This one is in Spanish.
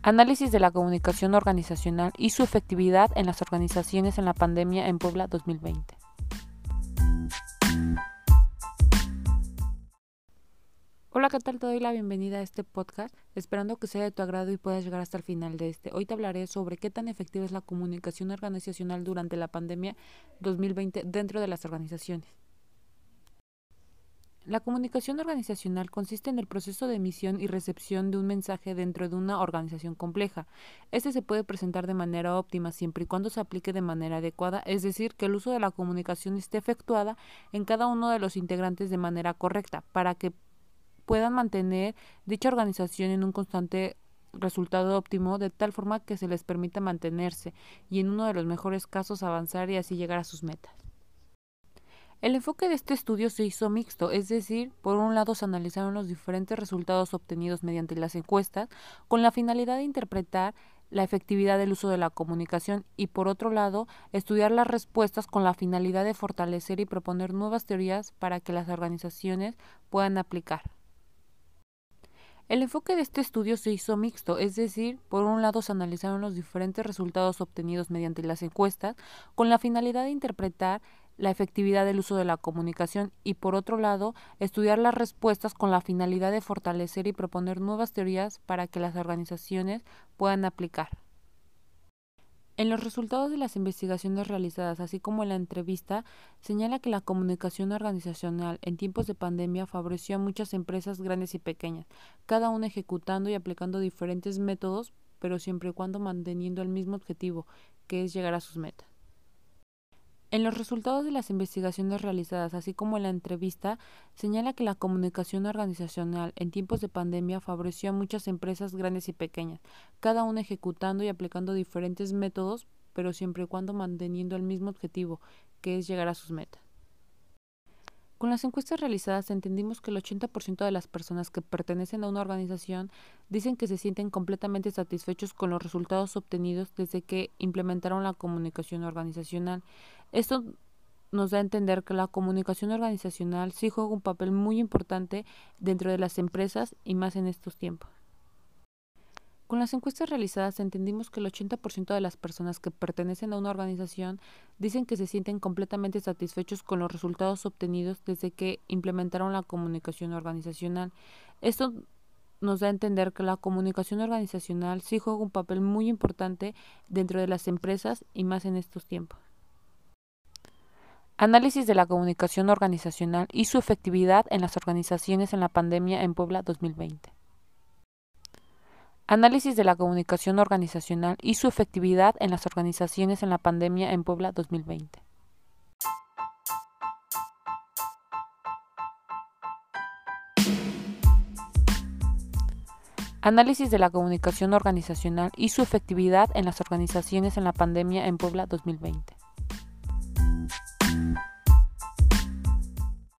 Análisis de la comunicación organizacional y su efectividad en las organizaciones en la pandemia en Puebla 2020. Hola, ¿qué tal? Te doy la bienvenida a este podcast, esperando que sea de tu agrado y puedas llegar hasta el final de este. Hoy te hablaré sobre qué tan efectiva es la comunicación organizacional durante la pandemia 2020 dentro de las organizaciones. La comunicación organizacional consiste en el proceso de emisión y recepción de un mensaje dentro de una organización compleja. Este se puede presentar de manera óptima siempre y cuando se aplique de manera adecuada, es decir, que el uso de la comunicación esté efectuada en cada uno de los integrantes de manera correcta, para que puedan mantener dicha organización en un constante resultado óptimo, de tal forma que se les permita mantenerse y, en uno de los mejores casos, avanzar y así llegar a sus metas. El enfoque de este estudio se hizo mixto, es decir, por un lado se analizaron los diferentes resultados obtenidos mediante las encuestas con la finalidad de interpretar la efectividad del uso de la comunicación y, por otro lado, estudiar las respuestas con la finalidad de fortalecer y proponer nuevas teorías para que las organizaciones puedan aplicar. El enfoque de este estudio se hizo mixto, es decir, por un lado se analizaron los diferentes resultados obtenidos mediante las encuestas con la finalidad de interpretar la efectividad del uso de la comunicación y, por otro lado, estudiar las respuestas con la finalidad de fortalecer y proponer nuevas teorías para que las organizaciones puedan aplicar. En los resultados de las investigaciones realizadas, así como en la entrevista, señala que la comunicación organizacional en tiempos de pandemia favoreció a muchas empresas grandes y pequeñas, cada una ejecutando y aplicando diferentes métodos, pero siempre y cuando manteniendo el mismo objetivo, que es llegar a sus metas. En los resultados de las investigaciones realizadas, así como en la entrevista, señala que la comunicación organizacional en tiempos de pandemia favoreció a muchas empresas grandes y pequeñas, cada una ejecutando y aplicando diferentes métodos, pero siempre y cuando manteniendo el mismo objetivo, que es llegar a sus metas. Con las encuestas realizadas entendimos que el 80% de las personas que pertenecen a una organización dicen que se sienten completamente satisfechos con los resultados obtenidos desde que implementaron la comunicación organizacional. Esto nos da a entender que la comunicación organizacional sí juega un papel muy importante dentro de las empresas y más en estos tiempos. Con las encuestas realizadas entendimos que el 80% de las personas que pertenecen a una organización dicen que se sienten completamente satisfechos con los resultados obtenidos desde que implementaron la comunicación organizacional. Esto nos da a entender que la comunicación organizacional sí juega un papel muy importante dentro de las empresas y más en estos tiempos. Análisis de la comunicación organizacional y su efectividad en las organizaciones en la pandemia en Puebla 2020. Análisis de la comunicación organizacional y su efectividad en las organizaciones en la pandemia en Puebla 2020. Análisis de la comunicación organizacional y su efectividad en las organizaciones en la pandemia en Puebla 2020.